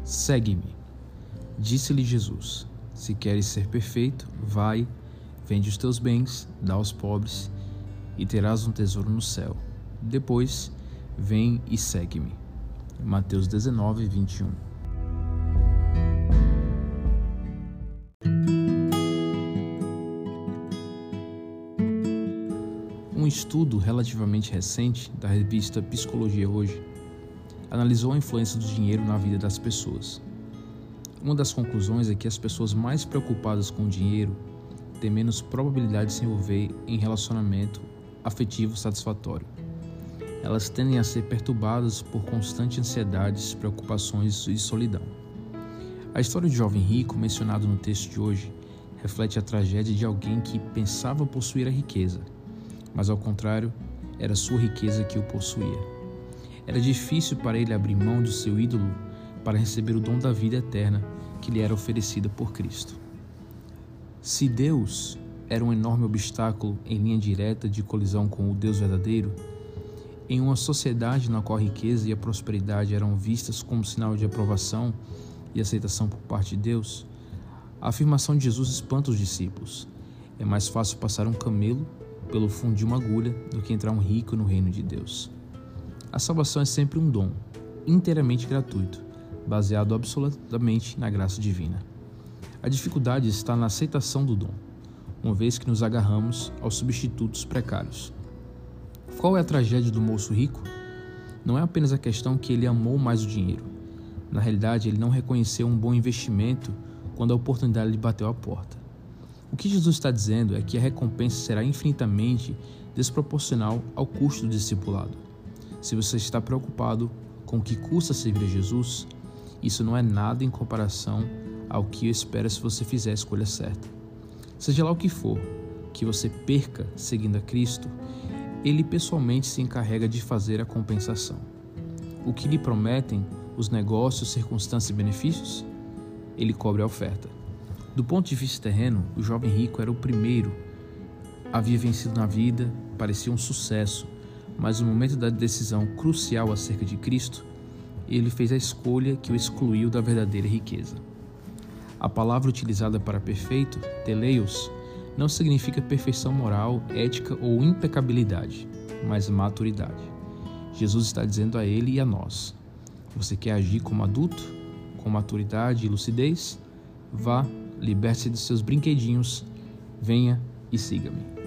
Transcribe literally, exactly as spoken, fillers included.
Segue-me. Disse-lhe Jesus: Se queres ser perfeito, vai, vende os teus bens, dá aos pobres, e terás um tesouro no céu. Depois, vem e segue-me. Mateus dezenove, vinte e um. Um estudo relativamente recente da revista Psicologia Hoje analisou a influência do dinheiro na vida das pessoas. Uma das conclusões é que as pessoas mais preocupadas com o dinheiro têm menos probabilidade de se envolver em relacionamento afetivo satisfatório. Elas tendem a ser perturbadas por constantes ansiedades, preocupações e solidão. A história do jovem rico, mencionado no texto de hoje, reflete a tragédia de alguém que pensava possuir a riqueza, mas ao contrário, era sua riqueza que o possuía. Era difícil para ele abrir mão do seu ídolo para receber o dom da vida eterna que lhe era oferecida por Cristo. Se Deus era um enorme obstáculo em linha direta de colisão com o Deus verdadeiro, em uma sociedade na qual a riqueza e a prosperidade eram vistas como sinal de aprovação e aceitação por parte de Deus, a afirmação de Jesus espanta os discípulos. É mais fácil passar um camelo pelo fundo de uma agulha do que entrar um rico no reino de Deus. A salvação é sempre um dom, inteiramente gratuito, baseado absolutamente na graça divina. A dificuldade está na aceitação do dom, uma vez que nos agarramos aos substitutos precários. Qual é a tragédia do moço rico? Não é apenas a questão que ele amou mais o dinheiro. Na realidade, ele não reconheceu um bom investimento quando a oportunidade lhe bateu à porta. O que Jesus está dizendo é que a recompensa será infinitamente desproporcional ao custo do discipulado. Se você está preocupado com o que custa servir a Jesus, isso não é nada em comparação ao que eu espero se você fizer a escolha certa. Seja lá o que for que você perca seguindo a Cristo, Ele pessoalmente se encarrega de fazer a compensação. O que lhe prometem os negócios, circunstâncias e benefícios? Ele cobre a oferta. Do ponto de vista terreno, o jovem rico era o primeiro, havia vencido na vida, parecia um sucesso, mas no momento da decisão crucial acerca de Cristo, ele fez a escolha que o excluiu da verdadeira riqueza. A palavra utilizada para perfeito, teleios, não significa perfeição moral, ética ou impecabilidade, mas maturidade. Jesus está dizendo a ele e a nós: você quer agir como adulto, com maturidade e lucidez? Vá, liberte-se dos seus brinquedinhos, venha e siga-me.